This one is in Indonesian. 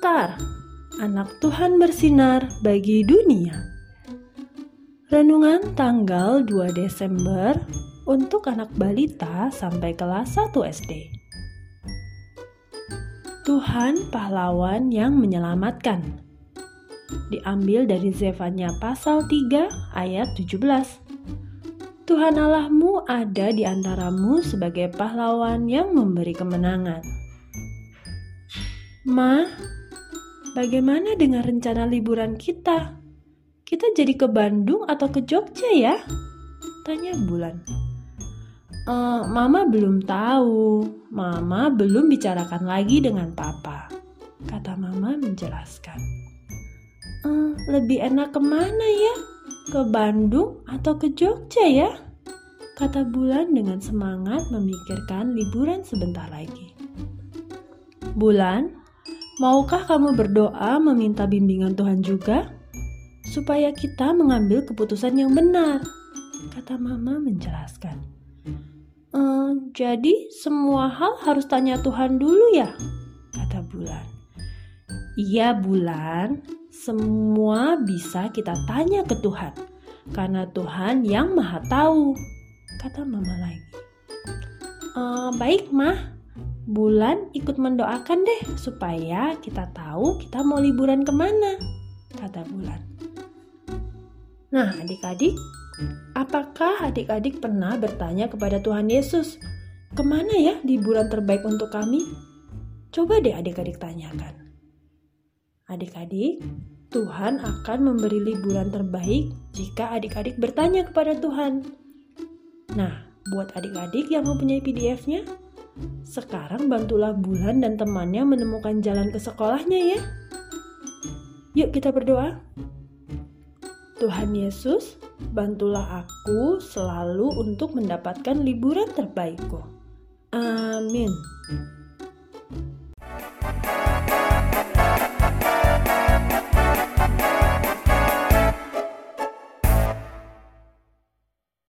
Sekar, anak Tuhan bersinar bagi dunia. Renungan tanggal 2 Desember untuk anak balita sampai kelas 1 SD. Tuhan pahlawan yang menyelamatkan. Diambil dari Zefanya pasal 3 ayat 17. Tuhan Allahmu ada di antaramu sebagai pahlawan yang memberi kemenangan. Ma, bagaimana dengan rencana liburan kita? Kita jadi ke Bandung atau ke Jogja ya? Tanya Bulan. Mama belum tahu. Mama belum bicarakan lagi dengan Papa, kata Mama menjelaskan. Lebih enak kemana ya? Ke Bandung atau ke Jogja ya? Kata Bulan dengan semangat memikirkan liburan sebentar lagi. Bulan, maukah kamu berdoa meminta bimbingan Tuhan juga? Supaya kita mengambil keputusan yang benar, kata Mama menjelaskan. Jadi semua hal harus tanya Tuhan dulu ya? Kata Bulan. Iya Bulan, semua bisa kita tanya ke Tuhan, karena Tuhan yang Maha Tahu, kata Mama lagi. Baik Mah, Bulan ikut mendoakan deh supaya kita tahu kita mau liburan kemana, kata Bulan. Nah adik-adik, apakah adik-adik pernah bertanya kepada Tuhan Yesus, kemana ya liburan terbaik untuk kami? Coba deh adik-adik tanyakan. Adik-adik, Tuhan akan memberi liburan terbaik jika adik-adik bertanya kepada Tuhan. Nah, buat adik-adik yang mempunyai PDF-nya, sekarang bantulah Bulan dan temannya menemukan jalan ke sekolahnya ya. Yuk kita berdoa. Tuhan Yesus, bantulah aku selalu untuk mendapatkan liburan terbaikku. Amin.